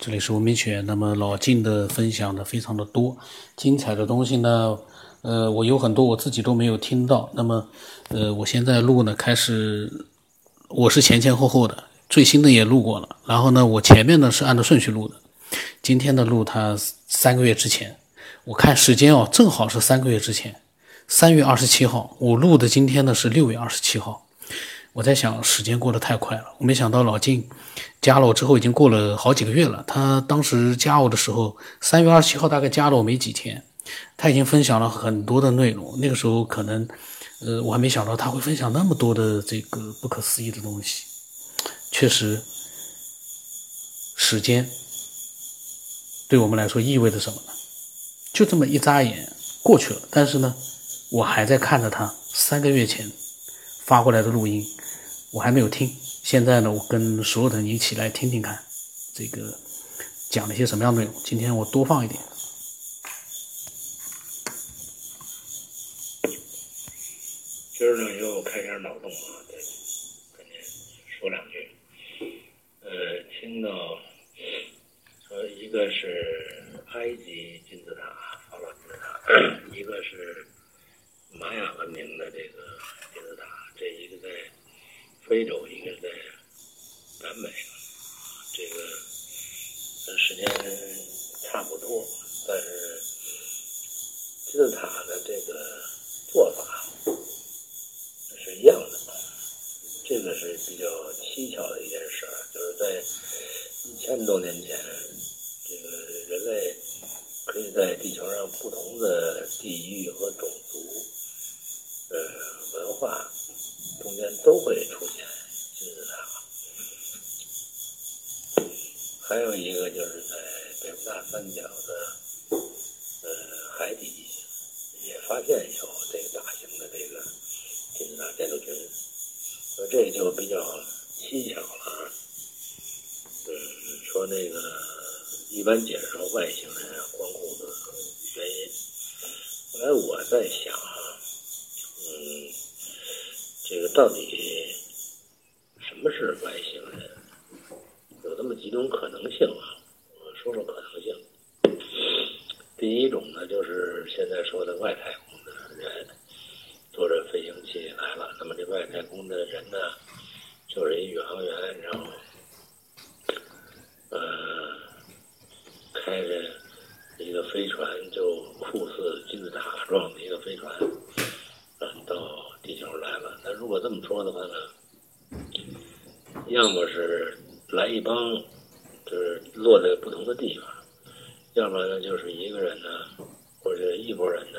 这里是文明犬。那么老晋的分享的非常的多，精彩的东西呢，我有很多我自己都没有听到。那么，我现在录呢，开始我是前前后后的，最新的也录过了。然后呢，我前面呢是按照顺序录的。今天的录它3个月之前，我看时间哦，正好是3个月之前，3月27号，我录的今天呢是6月27号。我在想，时间过得太快了，我没想到老晋加了我之后已经过了好几个月了。他当时加我的时候，3月27号大概加了我没几天，他已经分享了很多的内容。那个时候可能，我还没想到他会分享那么多的这个不可思议的东西。确实，时间对我们来说意味着什么呢？就这么一眨眼过去了，但是呢，我还在看着他3个月前发过来的录音，我还没有听。现在呢，我跟所有的人一起来听听看，这个讲了一些什么样的内容。今天我多放一点。 今儿呢又开点脑洞啊，对，跟您说两句。听到说一个是埃及金字塔，法老金字塔，一个是玛雅文明的这个金字塔，这一个在非洲，一个在南美，这个时间差不多，但是金字塔的这个做法是一样的。这个是比较蹊跷的一件事儿，就是在1000多年前，这个人类可以在地球上不同的地域和种族文化中间都会出现金字塔。还有一个就是在北部大三角的海底也发现有这个大型的这个金字塔建筑群，这就比较蹊跷了啊。说那个一般解释说外星人光顾的原因。后来我在想啊，这个到底什么是外星人？有这么几种可能性啊，我说说可能性。第一种呢，就是现在说的外太空的人坐着飞行器来了，那么这外太空的人呢，就是一宇航员，然后开着一个飞船，就酷似金字塔状的一个飞船，到地球来了。那如果这么说的话呢，要么是来一帮，就是落在不同的地方，要么呢就是一个人呢，或者一拨人呢，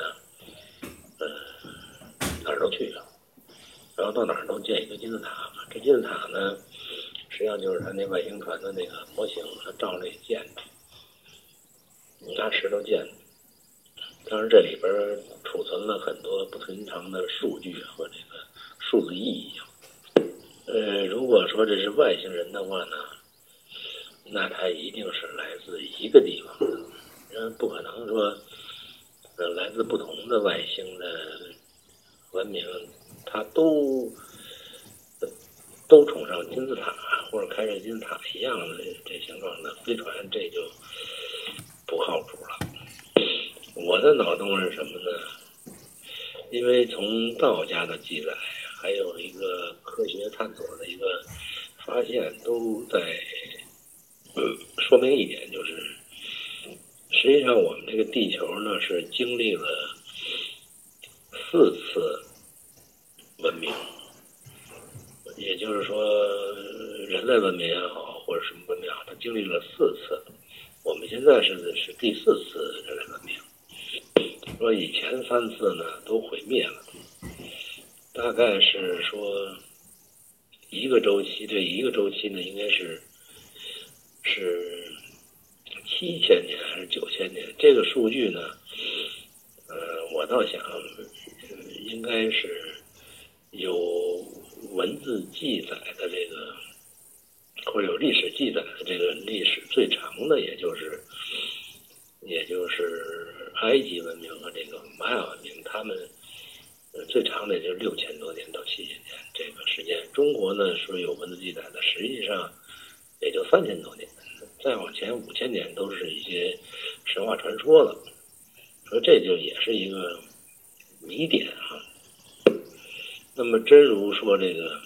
哪儿都去了，然后到哪儿都建一个金字塔。这金字塔呢，实际上就是他那外星船的那个模型，他照那建的，拿石头建的。当然这里边储存了很多不寻常的数据和这个数字意义。如果说这是外星人的话呢，那他一定是来自一个地方的，不可能说来自不同的外星的文明，他都冲上金字塔或者开着金字塔一样的这形状的飞船，这就不靠谱了。我的脑洞是什么呢？因为从道家的记载，还有一个科学探索的一个发现，都在说明一点，就是实际上我们这个地球呢是经历了4次文明，也就是说人类文明也好，或者什么文明也好，它经历了4次。我们现在是第4次人类文明。说以前3次呢都毁灭了，大概是说一个周期，这一个周期呢应该是7000年还是9000年？这个数据呢，我倒想应该是有文字记载的这个，或者有历史记载的这个历史最长的，也就是埃及文明和这个玛雅文明，他们最长的也就是6000多年到7000年这个时间。中国呢是有文字记载的，实际上也就3000多年， 再往前5000年都是一些神话传说了。说这就也是一个谜点啊。那么真如说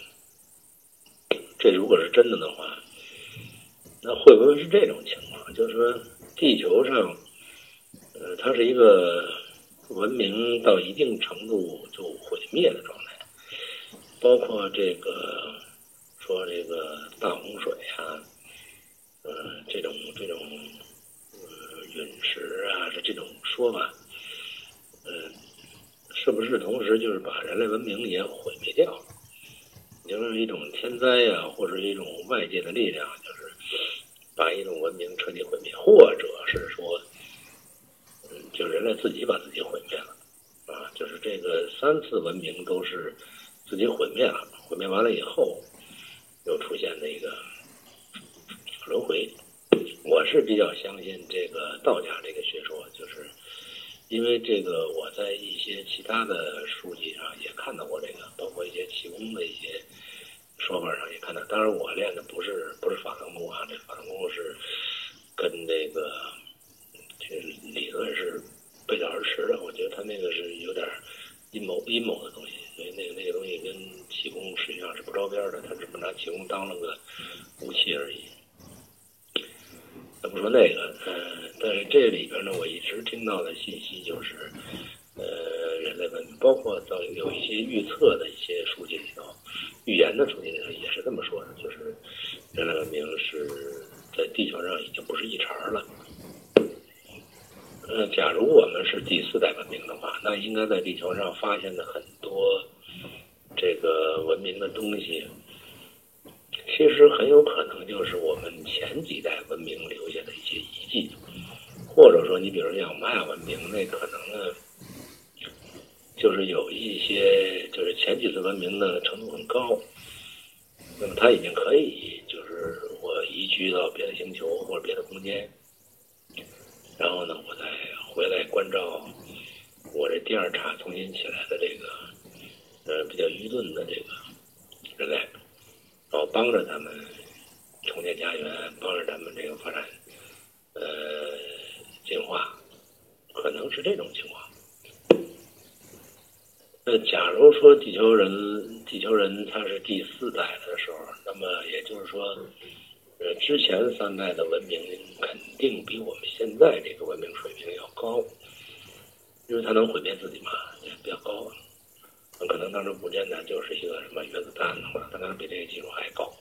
这如果是真的的话，那会不会是这种情况？就是说地球上，它是一个文明到一定程度就毁灭的状态，包括说这个大洪水啊，这种陨石啊，是这种说法，是不是同时就是把人类文明也毁灭掉了？就是一种天灾呀、或者一种外界的力量，就是把一种文明彻底毁灭，或者是说，就人类自己把自己毁灭了，啊，就是这个3次文明都是自己毁灭了，毁灭完了以后，又出现的一个轮回。我是比较相信这个道家这个学说，就是因为这个我在一些其他的书籍上也看到过这个，包括一些气功的一些说法上也看到。当然我练的不是法腾功啊，这法腾功是跟这个理论是背道而驰的。我觉得他那个是有点阴谋的东西，所以那个东西跟气功实际上是不着边的，他只不拿气功当了个武器而已。不说那个，但是这里边呢，我一直听到的信息就是，人类文明，包括到有一些预测的一些书籍里头，预言的书籍里头也是这么说的，就是人类文明是在地球上已经不是一茬了。假如我们是第4代文明的话，那应该在地球上发现的很多这个文明的东西，其实很有可能就是我们前几代文明留下的一些遗迹，或者说你比如像玛雅文明，那可能呢，就是有一些就是前几次文明的程度很高，那么它已经可以就是我移居到别的星球或者别的空间，然后呢，我再回来关照我这第2茬重新起来的这个比较愚钝的这个人类。然后帮着他们重建家园，帮着他们这个发展，进化，可能是这种情况。假如说地球人他是第4代的时候，那么也就是说，之前3代的文明肯定比我们现在这个文明水平要高，因为它能毁灭自己嘛，也比较高。可能当时不见得就是一个什么原子弹的话，它可能比这个技术还高。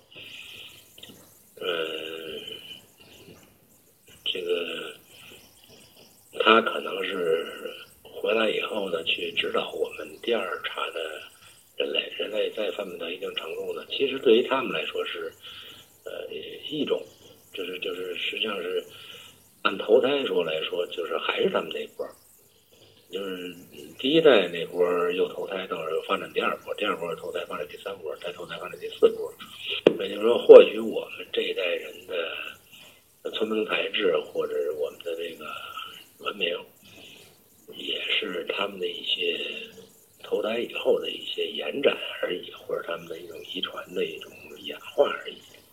这个他可能是回来以后呢，去指导我们第2茬的人类再发展到一定程度呢，其实对于他们来说是一种，就是实际上是按投胎说来说，就是还是他们那波。就是第1代那波又投胎到又发展第2波，第2波投胎发展第3波，再投胎发展第4波。也就是说，或许我们这一代人的聪明才智，或者我们的这个文明，也是他们的一些投胎以后的一些延展而已，或者他们的一种遗传的一种演化而已。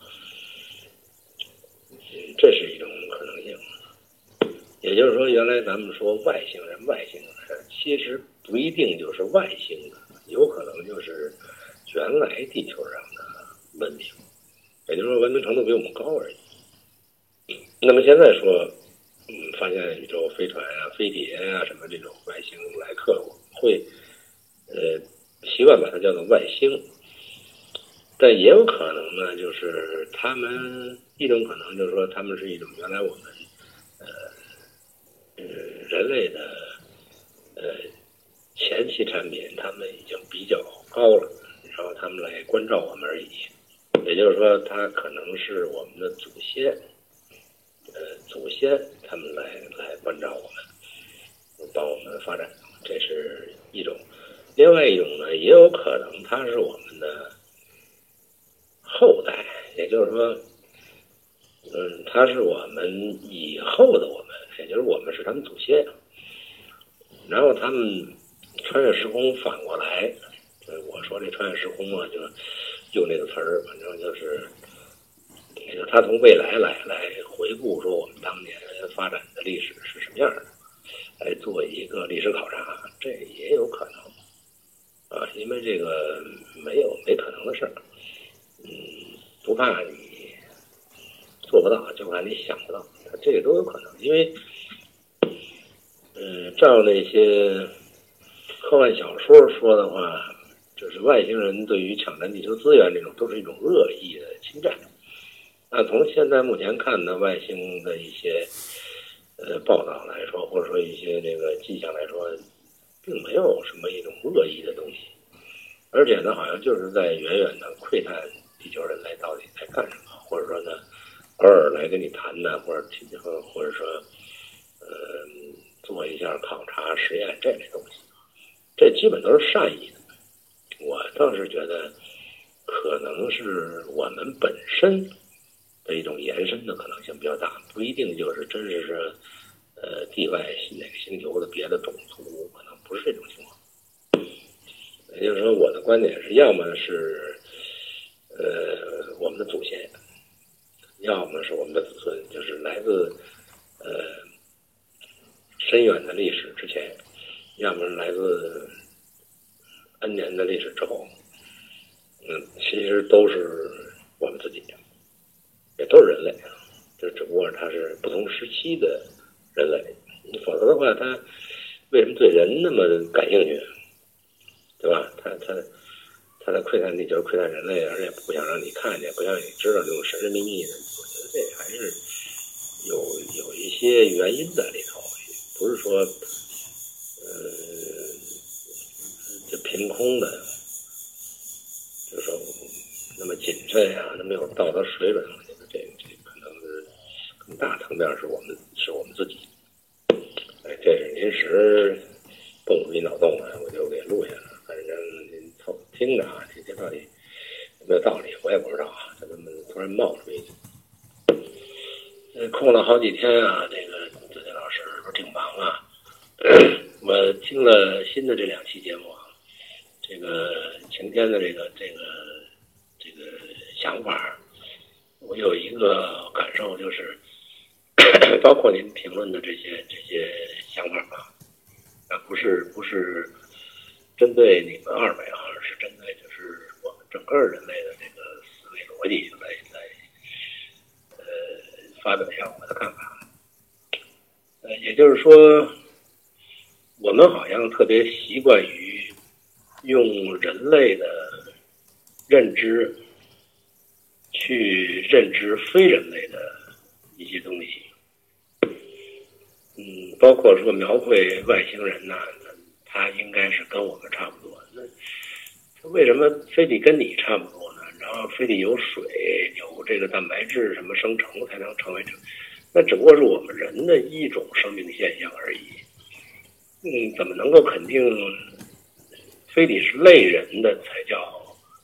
这是一种可能性。也就是说，原来咱们说外星人，其实不一定就是外星的，有可能就是原来地球上的文明，也就是说文明程度比我们高而已。那么现在说，发现宇宙飞船啊、飞碟啊什么这种外星来客，我们会习惯把它叫做外星，但也有可能呢，就是他们一种可能就是说，他们是一种原来我们人类的前期产品，他们已经比较高了，然后他们来关照我们而已。也就是说，他可能是我们的祖先，他们来关照我们，帮我们发展，这是一种。另外一种呢，也有可能他是我们的后代，也就是说，他是我们以后的我们，也就是我们是他们祖先，然后他们穿越时空反过来，我说这穿越时空啊，就用这个词儿，反正就是就是他从未来来回顾说我们当年发展的历史是什么样的，来做一个历史考察，这也有可能啊，因为这个没可能的事儿，不怕你做不到，就怕你想不到，这个都有可能，因为照那些科幻小说说的话，就是外星人对于抢占地球资源这种都是一种恶意的侵占。那从现在目前看的外星的一些报道来说，或者说一些这个迹象来说，并没有什么一种恶意的东西，而且呢，好像就是在远远的窥探地球人类到底在干什么，或者说呢，偶尔来跟你谈谈，或者说做一下考察实验这类东西，这基本都是善意的。我倒是觉得可能是我们本身的一种延伸的可能性比较大，不一定就是真是地外哪个星球的别的种族，可能不是这种情况。也就是说，我的观点是，要么是我们的祖先，要么是我们的子孙，就是来自深远的历史之前，要么是来自N年的历史之后，其实都是我们自己，也都是人类，就只不过他是不同时期的人类，否则的话，他为什么对人那么感兴趣，对吧？他在窥探地球、窥探人类，而且不想让你看见，不想让你知道这种神神秘秘的，我觉得这还是有一些原因在里头，不是说就凭空的，就是说那么谨慎啊，那么有道德水准，我觉得这可能是更大层面是我们自己。这是临时蹦出一脑洞来，我就给录下来了。反正您听着啊，这到底有没有道理，我也不知道啊。这么突然冒出一句，空了好几天啊，这个子健老师不是挺忙啊。我听了新的这2期节目啊，这个晴天的这个想法，我有一个感受，就是包括您评论的这些想法吧，不是针对你们2位啊，而是针对就是我们整个人类的这个思维逻辑来发表一下我的看法。也就是说，我们好像特别习惯于用人类的认知去认知非人类的一些东西，包括说描绘外星人呐，他应该是跟我们差不多。那为什么非得跟你差不多呢？然后非得有水、有这个蛋白质什么生成才能成为这？那只不过是我们人的一种生命现象而已。怎么能够肯定非得是类人的才叫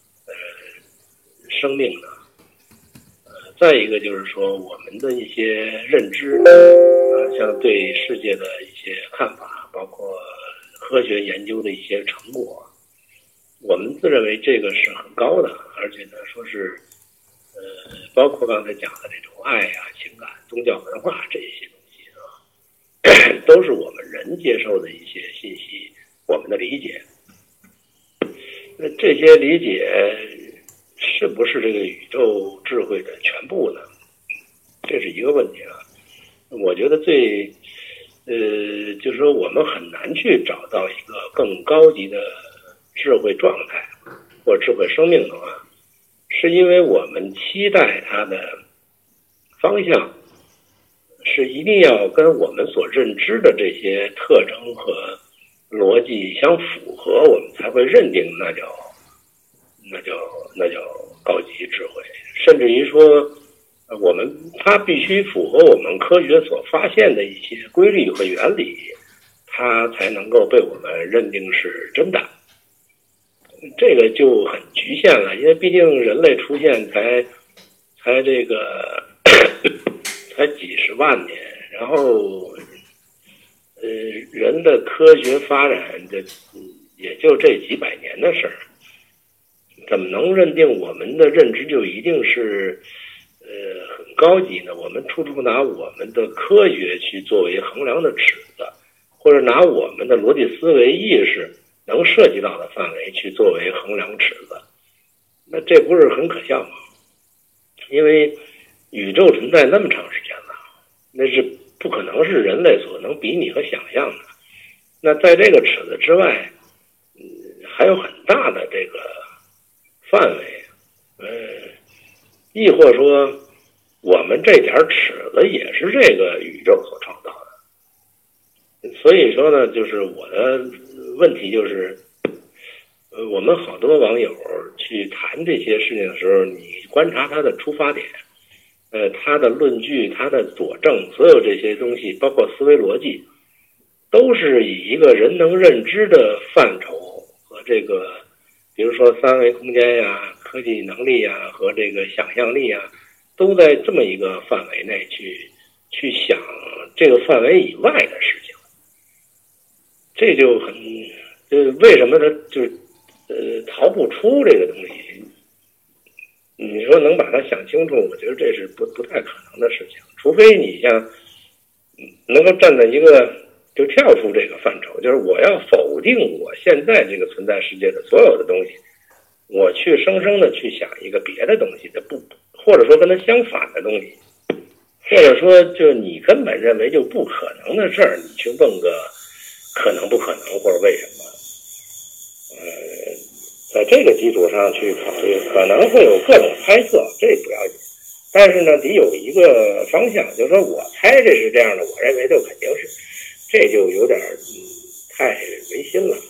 生命呢？再一个就是说，我们的一些认知，像对世界的一些看法，包括科学研究的一些成果，我们自认为这个是很高的，而且呢，说是包括刚才讲的这种爱啊、情感、宗教文化这些东西啊，都是我们人接受的一些信息，我们的理解。那这些理解是不是这个宇宙智慧的全部呢？这是一个问题啊。我觉得就是说我们很难去找到一个更高级的智慧状态或智慧生命的话，是因为我们期待它的方向是一定要跟我们所认知的这些特征和逻辑相符合，我们才会认定那叫高级智慧，甚至于说它必须符合我们科学所发现的一些规律和原理，它才能够被我们认定是真的。这个就很局限了，因为毕竟人类出现才这个才几十万年，然后人的科学发展也就这几百年的事儿，怎么能认定我们的认知就一定是很高级呢，我们处处拿我们的科学去作为衡量的尺子，或者拿我们的逻辑思维意识能涉及到的范围去作为衡量尺子，那这不是很可笑吗？因为宇宙存在那么长时间了，那是不可能是人类所能比拟和想象的。那在这个尺子之外，还有很大的这个范围，亦或说我们这点尺子也是这个宇宙所创造的。所以说呢，就是我的问题就是，我们好多网友去谈这些事情的时候，你观察他的出发点，他的论据，他的佐证，所有这些东西，包括思维逻辑，都是以一个人能认知的范畴和这个，比如说三维空间呀、科技能力呀和这个想象力呀，都在这么一个范围内去想这个范围以外的事情，这就很，为什么他就是逃不出这个东西？你说能把它想清楚，我觉得这是不太可能的事情，除非你像能够站在一个就跳出这个范畴，就是我要否定我现在这个存在世界的所有的东西，我去生生的去想一个别的东西的或者说跟它相反的东西，或者说就你根本认为就不可能的事儿，你去问个可能不可能或者为什么，在这个基础上去考虑，可能会有各种猜测，这不要紧。但是呢，得有一个方向，就是说我猜这是这样的，我认为就肯定是，这就有点太违心了。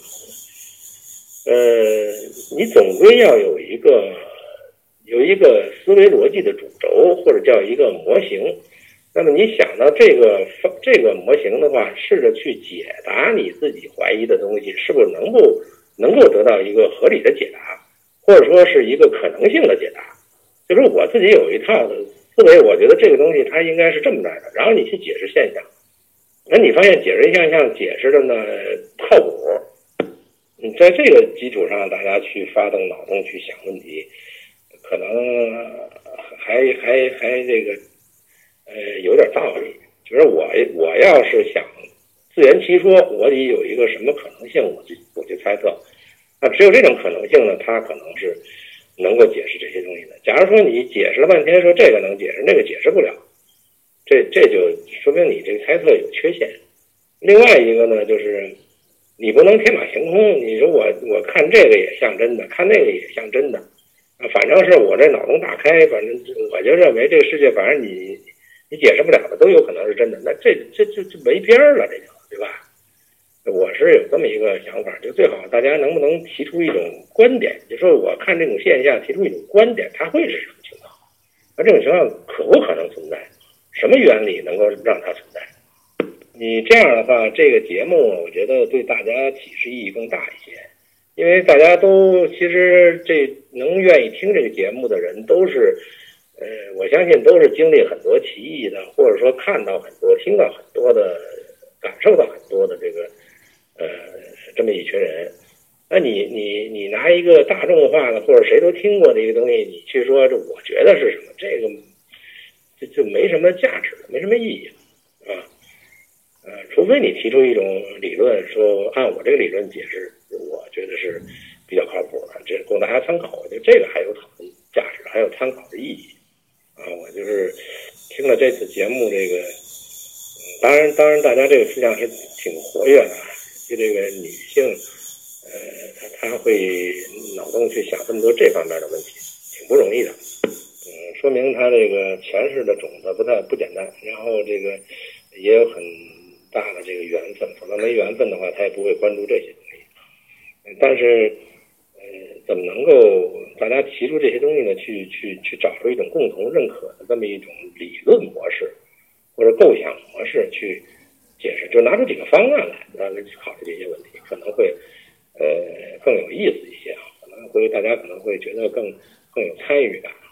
你总归要有一个思维逻辑的主轴，或者叫一个模型。那么你想到这个模型的话，试着去解答你自己怀疑的东西，是不是能够得到一个合理的解答，或者说是一个可能性的解答。就是我自己有一套的思维，我觉得这个东西它应该是这么来的，然后你去解释现象，那你发现解释现象解释的呢靠谱，你在这个基础上大家去发动脑洞去想问题，可能还这个有点道理。就是我要是想自圆其说，我得有一个什么可能性，我去猜测。那只有这种可能性呢，它可能是能够解释这些东西的。假如说你解释了半天，说这个能解释，那个解释不了，这就说明你这个猜测有缺陷。另外一个呢，就是你不能天马行空。你说我看这个也像真的，看那个也像真的，反正是我这脑洞大开，反正我就认为这个世界，反正你解释不了的都有可能是真的，那这没边儿了，这就对吧？我是有这么一个想法，就最好大家能不能提出一种观点，就说我看这种现象提出一种观点，它会是什么情况？而这种情况可不可能存在？什么原理能够让它存在？你这样的话，这个节目我觉得对大家启示意义更大一些，因为大家都其实这能愿意听这个节目的人都是，我相信都是经历很多奇异的，或者说看到很多、听到很多的、感受到很多的这个。这么一群人，那你拿一个大众化的或者谁都听过的一个东西，你去说这我觉得是什么，这个就没什么价值，没什么意义啊。除非你提出一种理论，说按我这个理论解释，我觉得是比较靠谱的，这供大家参考。我觉得这个还有讨论价值，还有参考的意义啊。我就是听了这次节目，这个当然大家这个思想是挺活跃的。这个女性，她会脑洞去想这么多这方面的问题，挺不容易的。说明她这个前世的种子不简单，然后这个也有很大的这个缘分，否则没缘分的话，她也不会关注这些东西。但是，怎么能够大家提出这些东西呢？去找出一种共同认可的这么一种理论模式或者构想模式去。解释，就拿出几个方案来，然后去考虑这些问题，可能会更有意思一些啊，可能会大家可能会觉得更有参与感，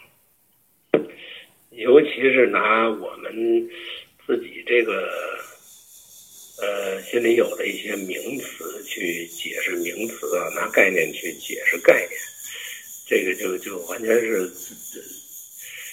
尤其是拿我们自己这个心里有的一些名词去解释名词啊，拿概念去解释概念，这个就完全是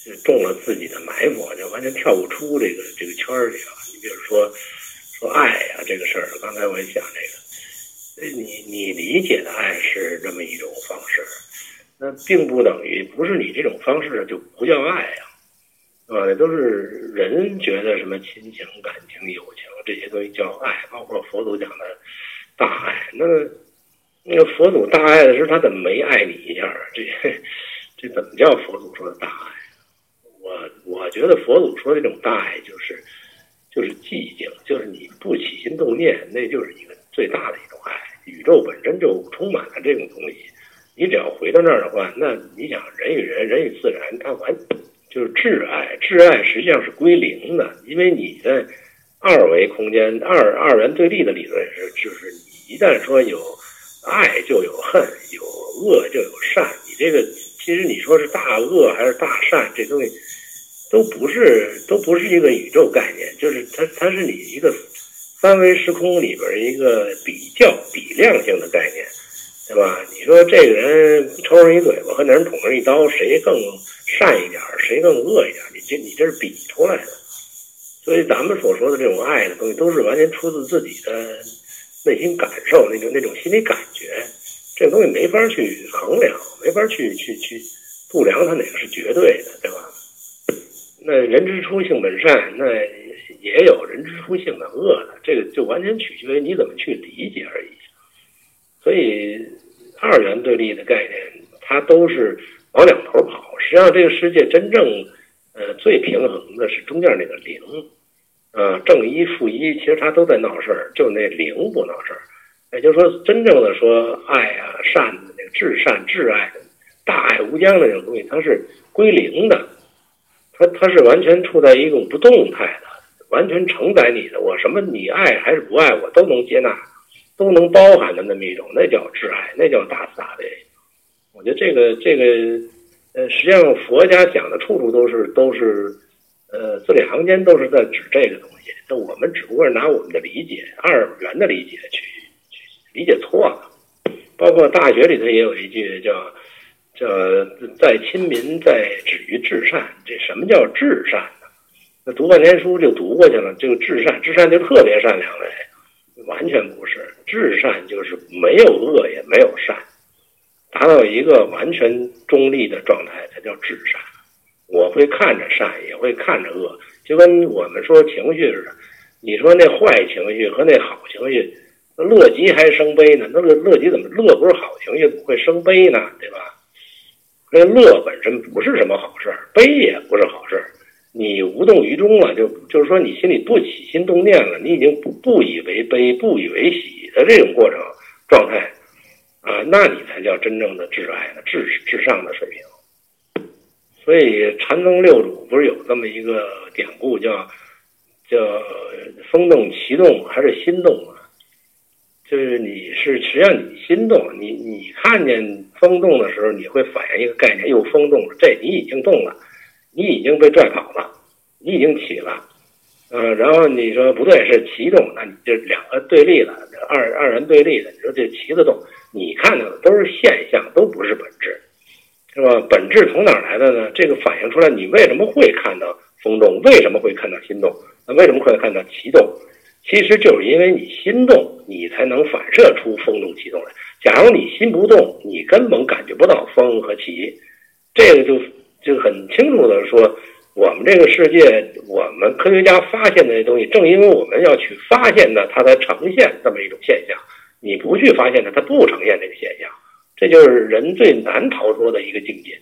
就中了自己的埋伏，就完全跳不出这个圈里了。你比如说爱呀这个事儿，刚才我也讲这个，你理解的爱是这么一种方式，那并不等于不是你这种方式就不叫爱呀，那都是人觉得什么亲情、感情、友情这些东西叫爱，包括佛祖讲的大爱。那个佛祖大爱的是他怎么没爱你一下？这怎么叫佛祖说的大爱？我觉得佛祖说的这种大爱就是寂静，就是你不起心动念，那就是一个最大的一种爱。宇宙本身就充满了这种东西，你只要回到那儿的话，那你想人与人、人与自然，它完就是挚爱。挚爱实际上是归零的，因为你在二维空间、二元对立的理论是，就是你一旦说有爱就有恨，有恶就有善。你这个其实你说是大恶还是大善，这东西都不是一个宇宙概念，就是它是你一个三维时空里边一个比量性的概念，对吧？你说这个人抽人一嘴巴和那人捅人一刀，谁更善一点，谁更恶一点？你这是比出来的。所以咱们所说的这种爱的东西，都是完全出自自己的内心感受，那种心理感觉。这个东西没法去衡量，没法去度量它哪个是绝对的，对吧？那人之初性本善，那也有人之初性本恶的，这个就完全取决于你怎么去理解而已。所以二元对立的概念，它都是往两头跑。实际上，这个世界真正最平衡的是中间那个零，正一负一，其实它都在闹事儿，就那零不闹事儿。也就是说，真正的说爱啊、善的那个至善、至爱的大爱无疆的那种东西，它是归零的，它是完全处在一种不动态的，完全承载你的。我什么你爱还是不爱，我都能接纳，都能包含的那么一种，那叫至爱，那叫大慈大悲。我觉得这个实际上佛家讲的处处都是字里行间都是在指这个东西。那我们只不过是拿我们的理解，二元的理解去理解错了。包括大学里头也有一句叫在亲民，在止于至善。这什么叫至善呢？那读半天书就读过去了，这个至善就特别善良的，完全不是。至善就是没有恶也没有善，达到一个完全中立的状态才叫至善。我会看着善，也会看着恶，就跟我们说情绪似的。你说那坏情绪和那好情绪，乐极还生悲呢？那乐极怎么乐不是好情绪，怎么会生悲呢？对吧？那乐本身不是什么好事，悲也不是好事。你无动于衷了，就是说你心里不起心动念了，你已经不以为悲，不以为喜的这种过程状态啊，那你才叫真正的至爱的至上的水平。所以禅宗六祖不是有这么一个典故，叫风动、其动还是心动啊？就是实际上你心动，你看见风动的时候，你会反映一个概念，又风动了，这你已经动了，你已经被拽跑了，你已经起了，然后你说不对，是其动，那你这两个对立了，二元对立的，你说这其的动，你看到的都是现象，都不是本质，是吧？本质从哪儿来的呢？这个反映出来你为什么会看到风动，为什么会看到心动，那为什么会看到其动？其实就是因为你心动，你才能反射出风动其动来。假如你心不动，你根本感觉不到风和起。这个就很清楚的说，我们这个世界，我们科学家发现的这东西，正因为我们要去发现的，它才呈现这么一种现象。你不去发现它，它不呈现这个现象。这就是人最难逃脱的一个境界。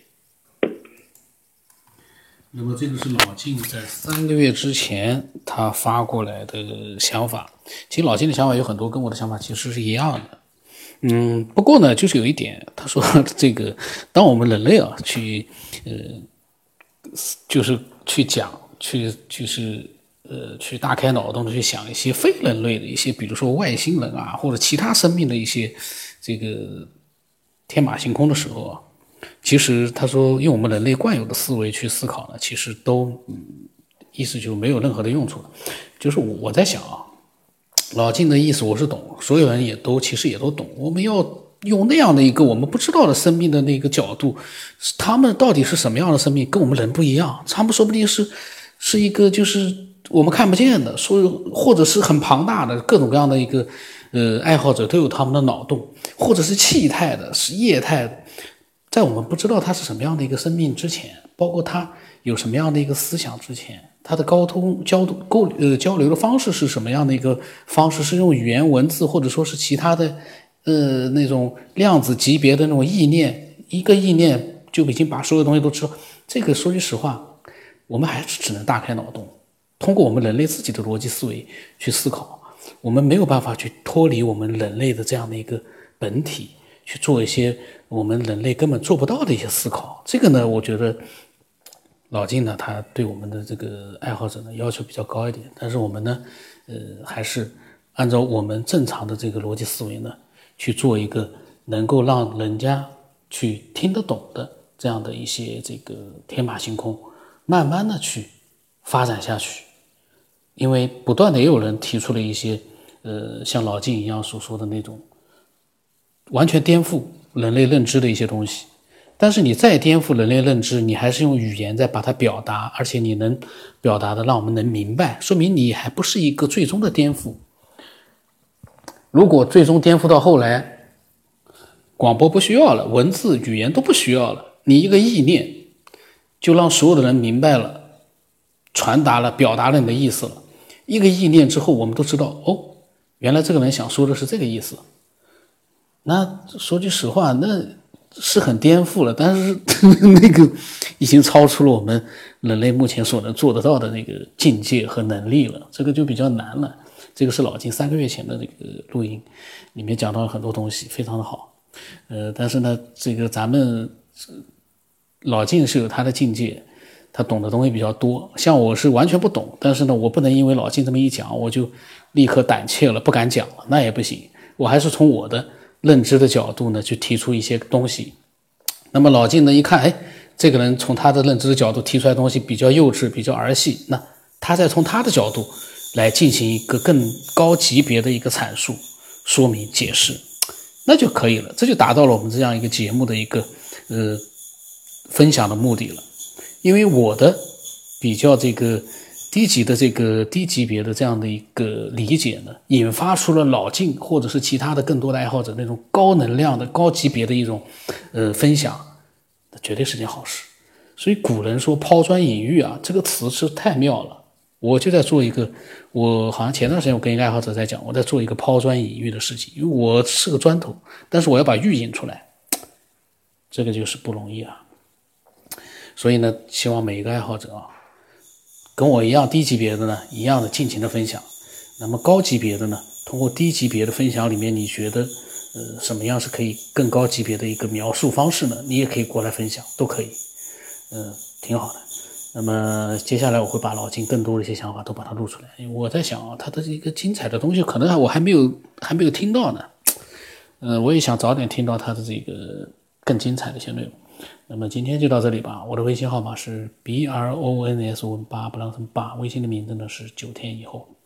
那么这个是老静在3个月之前他发过来的想法。其实老静的想法有很多跟我的想法其实是一样的。不过呢，就是有一点，他说这个，当我们人类啊去就是去讲，去大开脑洞的去想一些非人类的一些，比如说外星人啊，或者其他生命的一些这个天马行空的时候啊，其实他说用我们人类惯有的思维去思考呢，其实都意思就没有任何的用处了。就是我在想啊，老静的意思我是懂，所有人其实也都懂，我们要用那样的一个我们不知道的生命的那个角度，他们到底是什么样的生命，跟我们人不一样，他们说不定是一个就是我们看不见的，或者是很庞大的各种各样的一个爱好者都有他们的脑洞，或者是气态的，是液态的，在我们不知道他是什么样的一个生命之前，包括他有什么样的一个思想之前，他的交流的方式是什么样的一个方式，是用语言文字或者说是其他的那种量子级别的那种意念，一个意念就已经把所有东西都知道。这个说句实话，我们还是只能大开脑洞，通过我们人类自己的逻辑思维去思考，我们没有办法去脱离我们人类的这样的一个本体，去做一些我们人类根本做不到的一些思考。这个呢，我觉得老金呢，他对我们的这个爱好者呢要求比较高一点，但是我们呢，还是按照我们正常的这个逻辑思维呢，去做一个能够让人家去听得懂的这样的一些这个天马行空，慢慢的去发展下去。因为不断的也有人提出了一些像老金一样所说的那种完全颠覆人类认知的一些东西，但是你再颠覆人类认知，你还是用语言在把它表达，而且你能表达的让我们能明白，说明你还不是一个最终的颠覆。如果最终颠覆到后来广播不需要了，文字语言都不需要了，你一个意念就让所有的人明白了，传达了，表达了你的意思了。一个意念之后，我们都知道，哦，原来这个人想说的是这个意思。那说句实话，那是很颠覆了，但是那个已经超出了我们人类目前所能做得到的那个境界和能力了，这个就比较难了。这个是老金3个月前的这个录音，里面讲到了很多东西，非常的好。但是呢，这个咱们老金是有他的境界，他懂的东西比较多，像我是完全不懂，但是呢，我不能因为老金这么一讲，我就立刻胆怯了，不敢讲了，那也不行。我还是从我的认知的角度呢，去提出一些东西。那么老金呢，一看，哎，这个人从他的认知的角度提出来的东西比较幼稚，比较儿戏，那他再从他的角度来进行一个更高级别的一个阐述、说明、解释，那就可以了，这就达到了我们这样一个节目的一个分享的目的了。因为我的比较这个低级别的这样的一个理解呢，引发出了老金或者是其他的更多的爱好者那种高能量的高级别的一种分享，那绝对是件好事。所以古人说抛砖引玉啊，这个词是太妙了。我就在做一个，我好像前段时间我跟一个爱好者在讲，我在做一个抛砖引玉的事情，因为我是个砖头，但是我要把玉引出来，这个就是不容易啊。所以呢，希望每一个爱好者啊，跟我一样低级别的呢，一样的尽情的分享。那么高级别的呢，通过低级别的分享里面，你觉得什么样是可以更高级别的一个描述方式呢？你也可以过来分享，都可以，挺好的。那么接下来我会把老金更多的一些想法都把它录出来，因为我在想啊，他的一个精彩的东西，可能我还没有听到呢。我也想早点听到他的这个更精彩的一些内容。那么今天就到这里吧。我的微信号码是 BRONS58 不让8，微信的名字呢是9天以后。